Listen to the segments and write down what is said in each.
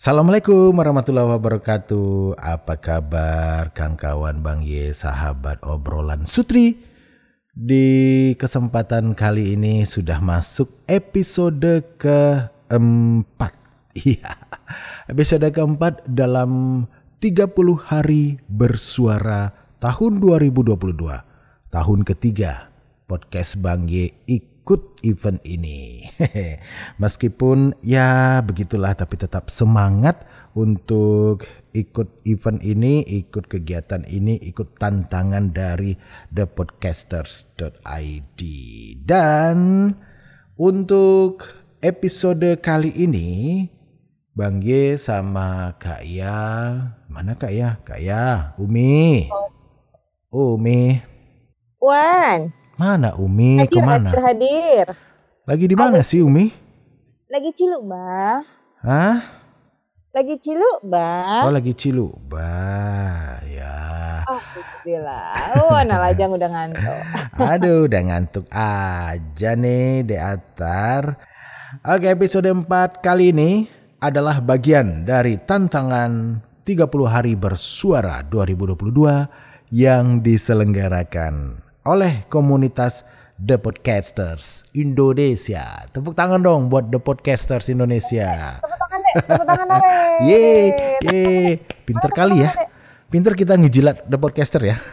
Assalamualaikum warahmatullahi wabarakatuh. Apa kabar Kang Kawan Bang Ye, sahabat obrolan Sutri? Di kesempatan kali ini sudah masuk episode keempat. Iya, episode keempat dalam 30 hari bersuara tahun 2022. Tahun ketiga podcast Bang Ye ikut event ini. Meskipun ya begitulah, tapi tetap semangat untuk ikut event ini, ikut kegiatan ini, ikut tantangan dari thepodcasters.id. Dan untuk episode kali ini Bang Ye sama Kak Ya, mana Kak Ya? Kak Ya, Umi. Umi. Wan. Mana Umi? Hadir, Kemana? hadir. Lagi di mana sih Umi? Lagi ciluk, Bang. Hah? Lagi ciluk, Bang. Oh, lagi Cilubah. Ya. Alhamdulillah. Anak lajang udah ngantuk. Aduh, udah ngantuk aja nih di Atar. Oke, episode 4 kali ini adalah bagian dari tantangan 30 hari bersuara 2022 yang diselenggarakan oleh komunitas The Podcasters Indonesia. Tepuk tangan dong buat The Podcasters Indonesia. Tepuk tangan, Dek. Ye. Pinter kali ya. Pinter kita ngejilat The Podcaster ya.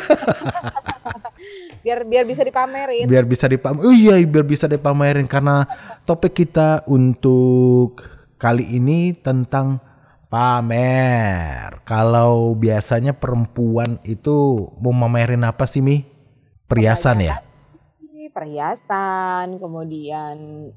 Biar bisa dipamerin. Biar bisa dipamerin. Oh iya, biar bisa dipamerin karena topik kita untuk kali ini tentang pamer. Kalau biasanya perempuan itu mau mamerin apa sih, Mi? Perhiasan ya? Perhiasan, kemudian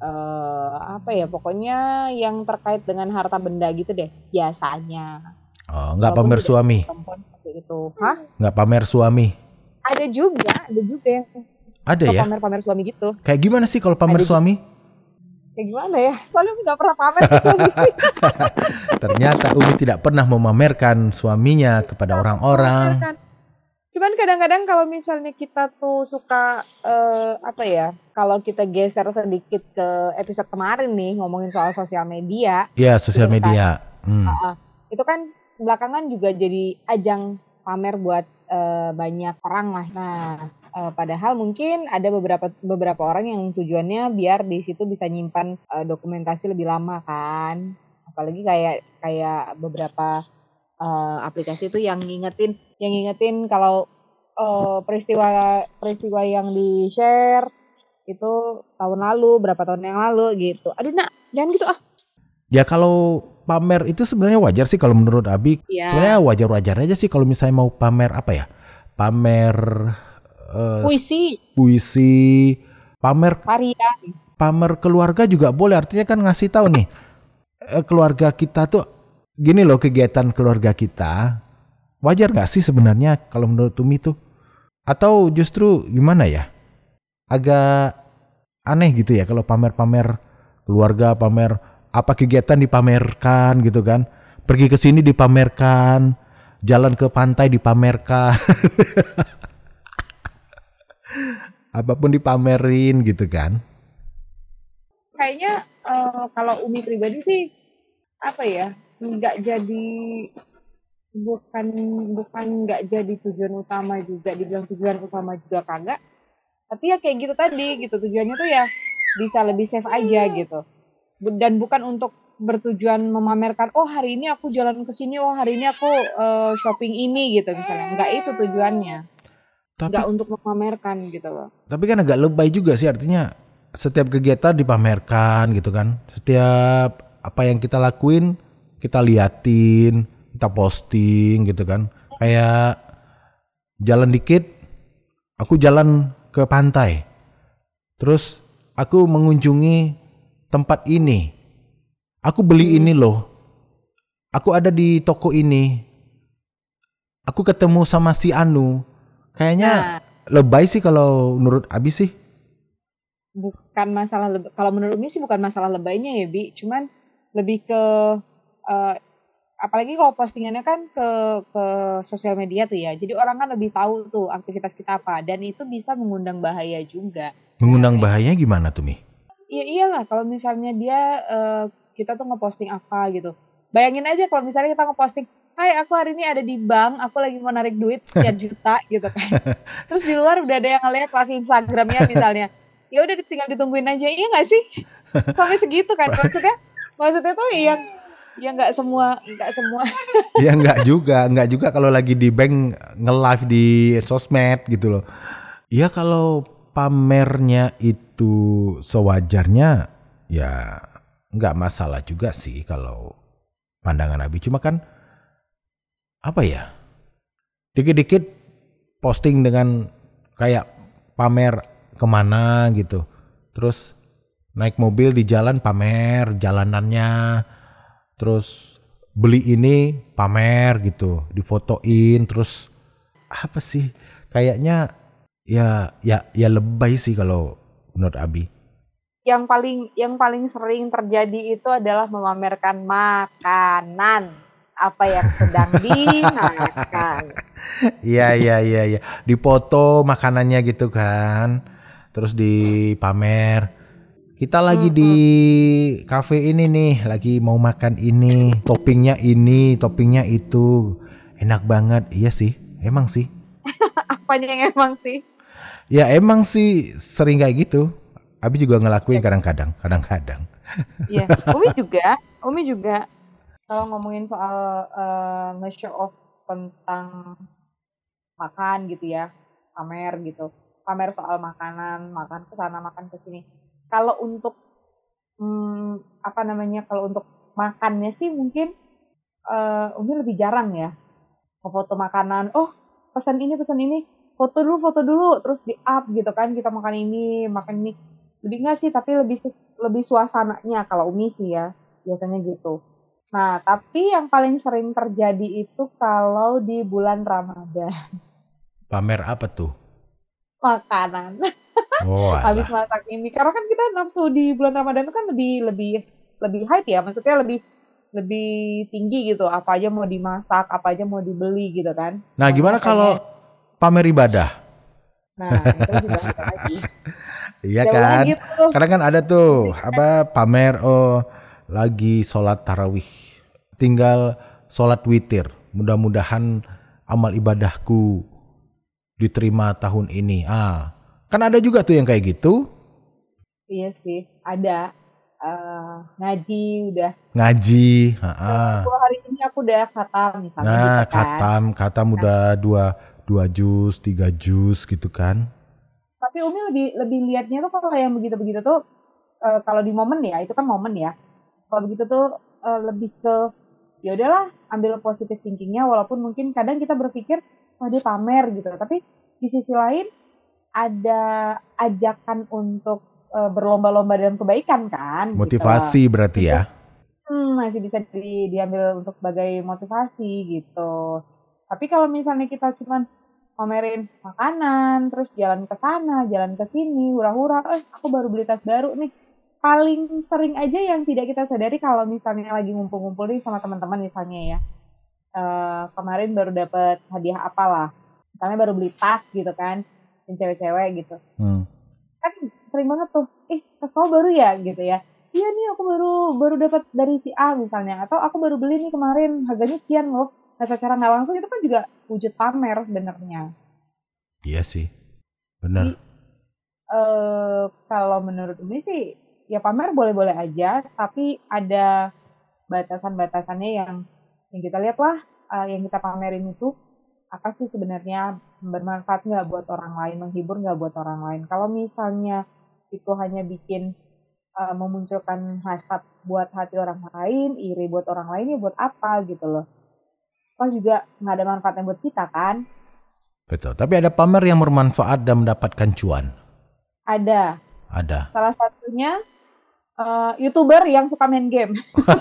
pokoknya yang terkait dengan harta benda gitu deh biasanya. Oh, nggak pamer suami? Perempuan seperti itu. Hah? Nggak pamer suami? Ada juga yang Ada ya? pamer suami gitu. Kayak gimana sih kalau pamer suami? Kayak gimana ya? Soalnya nggak pernah pamer suami. Ternyata Umi tidak pernah memamerkan suaminya kepada orang-orang. Cuman kadang-kadang kalau misalnya kita tuh suka kalau kita geser sedikit ke episode kemarin nih ngomongin soal sosial media. Iya, sosial media. Itu kan belakangan juga jadi ajang pamer buat banyak orang lah. Nah, padahal mungkin ada beberapa orang yang tujuannya biar di situ bisa nyimpan dokumentasi lebih lama kan. Apalagi kayak beberapa aplikasi itu yang ngingetin kalau peristiwa yang di share itu tahun lalu, berapa tahun yang lalu gitu. Aduh nak, jangan gitu ah. Ya kalau pamer itu sebenarnya wajar sih kalau menurut Abi. Ya. Sebenarnya wajar-wajar aja sih kalau misalnya mau pamer apa ya? Pamer puisi, pamer varian. Pamer keluarga juga boleh. Artinya kan ngasih tahu nih keluarga kita tuh gini loh kegiatan keluarga kita. Wajar gak sih sebenarnya kalau menurut Umi tuh? Atau justru gimana ya? Agak aneh gitu ya kalau pamer-pamer keluarga, pamer apa kegiatan dipamerkan gitu kan. Pergi ke sini dipamerkan, jalan ke pantai dipamerkan. Apapun dipamerin gitu kan. Kayaknya kalau Umi pribadi sih nggak jadi bukan nggak jadi tujuan utama juga, dibilang tujuan utama juga kagak, tapi ya kayak gitu tadi gitu, tujuannya tuh ya bisa lebih safe aja gitu, dan bukan untuk bertujuan memamerkan oh hari ini aku jalan ke sini, oh hari ini aku shopping ini gitu misalnya, nggak itu tujuannya, nggak untuk memamerkan gitu loh. Tapi kan agak lebay juga sih, artinya setiap kegiatan dipamerkan gitu kan, setiap apa yang kita lakuin kita liatin, kita posting gitu kan. Kayak jalan dikit, aku jalan ke pantai. Terus aku mengunjungi tempat ini. Aku beli ini loh. Aku ada di toko ini. Aku ketemu sama si Anu. Kayaknya lebay sih kalau menurut Abi sih. Bukan masalah kalau menurut Umi sih bukan masalah lebaynya ya, Bi. Cuman lebih ke apalagi kalau postingannya kan ke sosial media tuh ya, jadi orang kan lebih tahu tuh aktivitas kita apa, dan itu bisa mengundang bahaya juga. Mengundang bahaya gimana tuh Mi? Iya iyalah, kalau misalnya dia kita tuh ngeposting apa gitu, Bayangin aja kalau misalnya kita ngeposting, "Hai, aku hari ini ada di bank, aku lagi mau narik duit sekian juta," gitu kan. Terus di luar udah ada yang ngeliat lagi Instagramnya misalnya. Ya udah tinggal ditungguin aja, iya nggak sih? Sampai segitu kan maksudnya tuh yang ya nggak semua. Ya enggak juga kalau lagi di bank nge-live di sosmed gitu loh. Ya kalau pamernya itu sewajarnya ya enggak masalah juga sih kalau pandangan Abi. Cuma kan apa ya? Dikit-dikit posting dengan kayak pamer kemana gitu. Terus naik mobil di jalan pamer jalanannya. Terus beli ini pamer gitu, difotoin terus apa sih? Kayaknya ya lebay sih kalau menurut Abi. Yang paling sering terjadi itu adalah memamerkan makanan apa yang sedang dimakan. Iya. Dipoto makanannya gitu kan. Terus dipamer. Kita lagi di Mm-mm. kafe ini nih, lagi mau makan ini, toppingnya itu. Enak banget. Iya sih, emang sih. Apanya yang emang sih? Ya emang sih sering kayak gitu. Abi juga ngelakuin Ya, kadang-kadang. iya. Umi juga kalau ngomongin soal nge-show off tentang makan gitu ya, pamer gitu. Pamer soal makanan, makan ke sana, makan ke sini. Kalau untuk apa namanya? Kalau untuk makannya sih mungkin Umi lebih jarang ya ngefoto makanan. Oh, pesan ini, foto dulu, terus di up gitu kan. Kita makan ini. Lebih enggak sih, tapi lebih suasananya kalau Umi sih ya, biasanya gitu. Nah, tapi yang paling sering terjadi itu kalau di bulan Ramadan, Pamer apa tuh? makanan. Oh Habis alah. masak ini, karena kan kita nafsu di bulan Ramadan itu kan lebih lebih lebih hype ya, maksudnya lebih lebih tinggi gitu. Apa aja mau dimasak, apa aja mau dibeli gitu kan. Nah Semuanya gimana kalau pengen. pamer ibadah? Nah, itu lebih bahaya lagi. Iya Jauh kan? lagi tuh. Kadang kan ada tuh apa pamer lagi sholat tarawih. Tinggal sholat witir. Mudah-mudahan amal ibadahku diterima tahun ini. Kan ada juga tuh yang kayak gitu. Iya sih, ada ngaji udah Ngaji. 10 hari ini aku udah khatam misalnya Nah gitu kan. katam Nah, udah dua juz, 3 juz gitu kan. tapi Umi lebih lebih liatnya tuh kalau yang begitu-begitu tuh kalau di momen ya, itu kan momen ya. Kalau begitu tuh lebih ke ya udahlah ambil positive thinkingnya walaupun mungkin kadang kita berpikir wah dia pamer gitu. Tapi di sisi lain ada ajakan untuk berlomba-lomba dalam kebaikan kan gitu. Motivasi berarti Itu ya. masih bisa diambil untuk sebagai motivasi gitu. Tapi kalau misalnya kita cuman pamerin makanan, terus jalan ke sana, jalan ke sini, hura-hura, aku baru beli tas baru nih. Paling sering aja yang tidak kita sadari kalau misalnya lagi ngumpul-ngumpul nih sama teman-teman misalnya ya. Kemarin baru dapet hadiah apalah. Misalnya baru beli tas gitu kan, yang cewek-cewek gitu. Hmm. Kan sering banget tuh, tas kamu baru ya gitu ya. Iya nih aku baru baru dapat dari si A misalnya, atau aku baru beli nih kemarin harganya sekian loh. Nah, secara nggak langsung itu kan juga wujud pamer sebenarnya. Iya sih, Jadi bener. kalau menurut ini sih ya pamer boleh-boleh aja, tapi ada batasan-batasannya yang kita lihat lah, yang kita pamerin itu apa sih sebenarnya, bermanfaat nggak buat orang lain, menghibur nggak buat orang lain. Kalau misalnya itu hanya bikin memunculkan hasad buat hati orang lain, iri buat orang lain, ya buat apa gitu loh. Toh juga nggak ada manfaatnya buat kita kan. Betul. Tapi ada pamer yang bermanfaat dan mendapatkan cuan. Ada. Ada. Salah satunya YouTuber yang suka main game.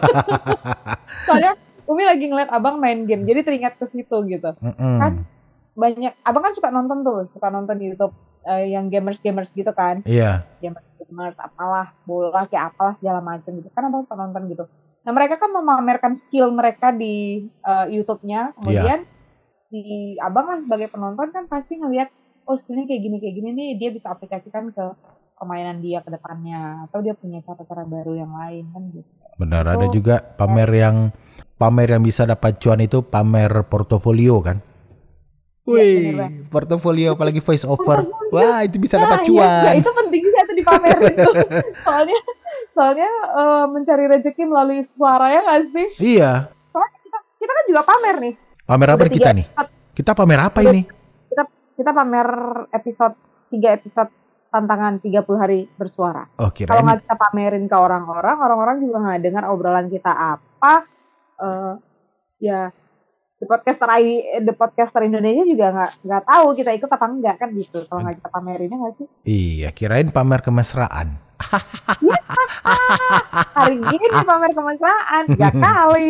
Soalnya Umi lagi ngeliat abang main game, jadi teringat ke situ gitu. Kan Mm-mm. banyak, abang kan suka nonton tuh, suka nonton di YouTube yang gamers-gamers gitu kan. Iya. Gamers apalah, bola kayak apalah segala macam gitu. Kan abang suka nonton gitu. Nah mereka kan memamerkan skill mereka di YouTube-nya, Iya. kemudian di abang kan sebagai penonton kan pasti ngelihat oh skillnya kayak gini nih, dia bisa aplikasikan ke permainan dia ke depannya, atau dia punya cara-cara baru yang lain kan gitu. Benar, Itu ada juga pamer yang bisa dapat cuan itu pamer portofolio kan. iya bener Wih, banget. portofolio apalagi voice over. Wah, itu bisa dapat Nah, iya, cuan. itu penting juga tuh dipamerin tuh. Soalnya soalnya mencari rezeki melalui suara ya nggak sih? Iya. Soalnya kita kan juga pamer nih. Pamer apa Udah nih kita nih? Kita pamer apa Udah ini? kita pamer episode 3 episode tantangan 30 hari bersuara. Oh, Kalau kirain nggak kita pamerin ke orang-orang juga nggak dengar obrolan kita apa. Ya the podcaster Indonesia juga nggak tahu kita ikut apa enggak kan gitu. Kalau nggak kita pamerinnya nggak sih? iya, kirain pamer kemesraan. Hari ini pamer kemesraan 3 kali.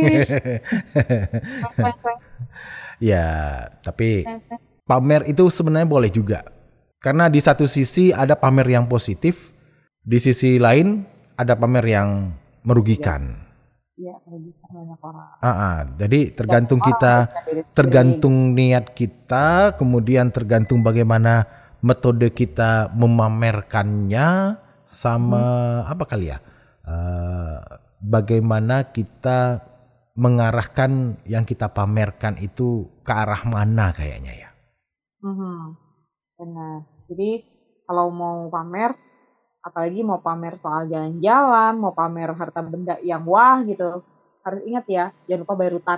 Ya, tapi pamer itu sebenarnya boleh juga. Karena di satu sisi ada pamer yang positif, di sisi lain ada pamer yang merugikan. Iya, merugikan banyak orang. Jadi tergantung kita, tergantung niat kita, kemudian tergantung bagaimana metode kita memamerkannya, sama apa kali ya, bagaimana kita mengarahkan yang kita pamerkan itu ke arah mana kayaknya ya. Benar. Jadi kalau mau pamer, apalagi mau pamer soal jalan-jalan, mau pamer harta benda yang wah gitu, harus ingat ya, jangan lupa bayar utang.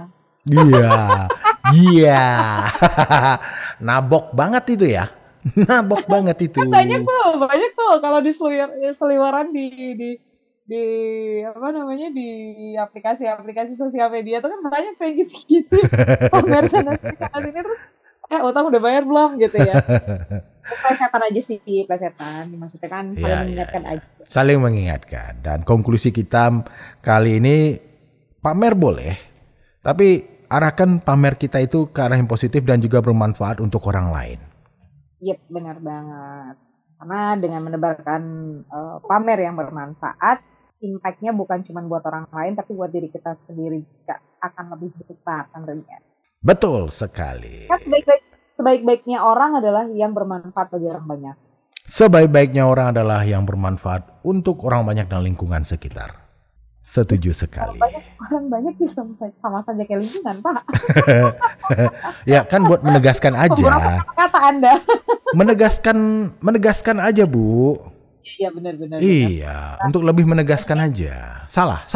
Iya. Nabok banget itu ya. Nabok banget itu. Banyak tuh kalau di seliweran di apa namanya, di aplikasi sosial media tuh kan banyak kayak gitu. Pamer sana sini terus utang udah bayar belum gitu ya. Plesetan aja sih, plesetan. Maksudnya kan saling mengingatkan aja. Saling mengingatkan. Dan konklusi kita kali ini, pamer boleh, tapi arahkan pamer kita itu ke arah yang positif dan juga bermanfaat untuk orang lain. Yep, benar banget. Karena dengan menebarkan pamer yang bermanfaat, impact-nya bukan cuma buat orang lain, tapi buat diri kita sendiri juga akan lebih besar tentunya. Betul sekali. Kan sebaik-baiknya orang adalah yang bermanfaat bagi orang banyak. Sebaik-baiknya orang adalah yang bermanfaat untuk orang banyak dan lingkungan sekitar. Setuju sekali. Orang banyak sih sama saja kayak lingkungan, Pak. Ya kan buat menegaskan aja. Kata Anda. Menegaskan aja, Bu. Iya benar. Iya, untuk lebih menegaskan aja. Salah.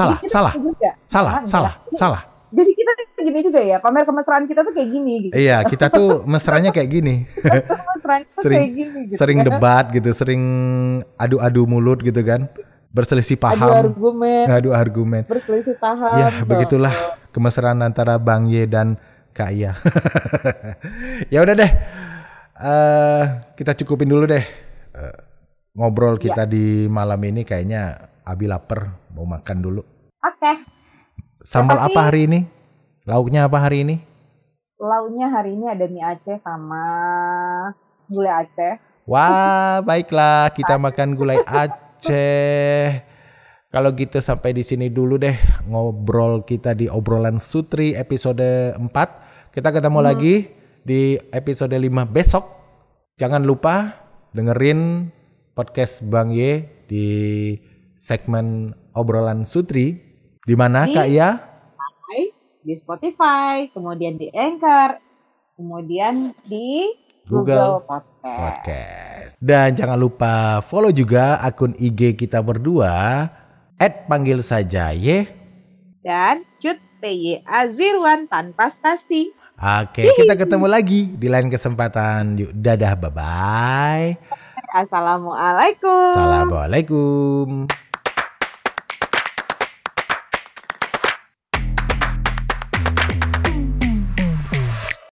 Jadi kita gini juga ya, pamer kemesraan kita tuh kayak gini gitu. Iya, kita tuh mesranya kayak gini. Sering debat gitu, sering adu-adu mulut gitu kan. Berselisih paham. Adu argumen. Berselisih paham. Ya, begitulah kemesraan antara Bang Y dan Kak Iya. Ya udah deh. Kita cukupin dulu deh. Ngobrol kita di malam ini, kayaknya Abi lapar, mau makan dulu. Oke. Sambal apa hari ini? Lauknya apa hari ini? Lauknya hari ini ada mie Aceh sama gulai Aceh. Wah, baiklah, kita makan gulai Aceh. Kalau gitu sampai di sini dulu deh ngobrol kita di obrolan Sutri episode 4. Kita ketemu lagi di episode 5 besok. Jangan lupa dengerin podcast Bang Y di segmen obrolan Sutri. Di mana Kak Iya? Di Spotify, kemudian di Anchor, kemudian di Google Podcast. Dan jangan lupa follow juga akun IG kita berdua @panggilsajaye dan Cut TY Azirwan tanpa spasi. Oke, kita ketemu lagi di lain kesempatan. Yuk, dadah, bye-bye. Assalamualaikum. Assalamualaikum.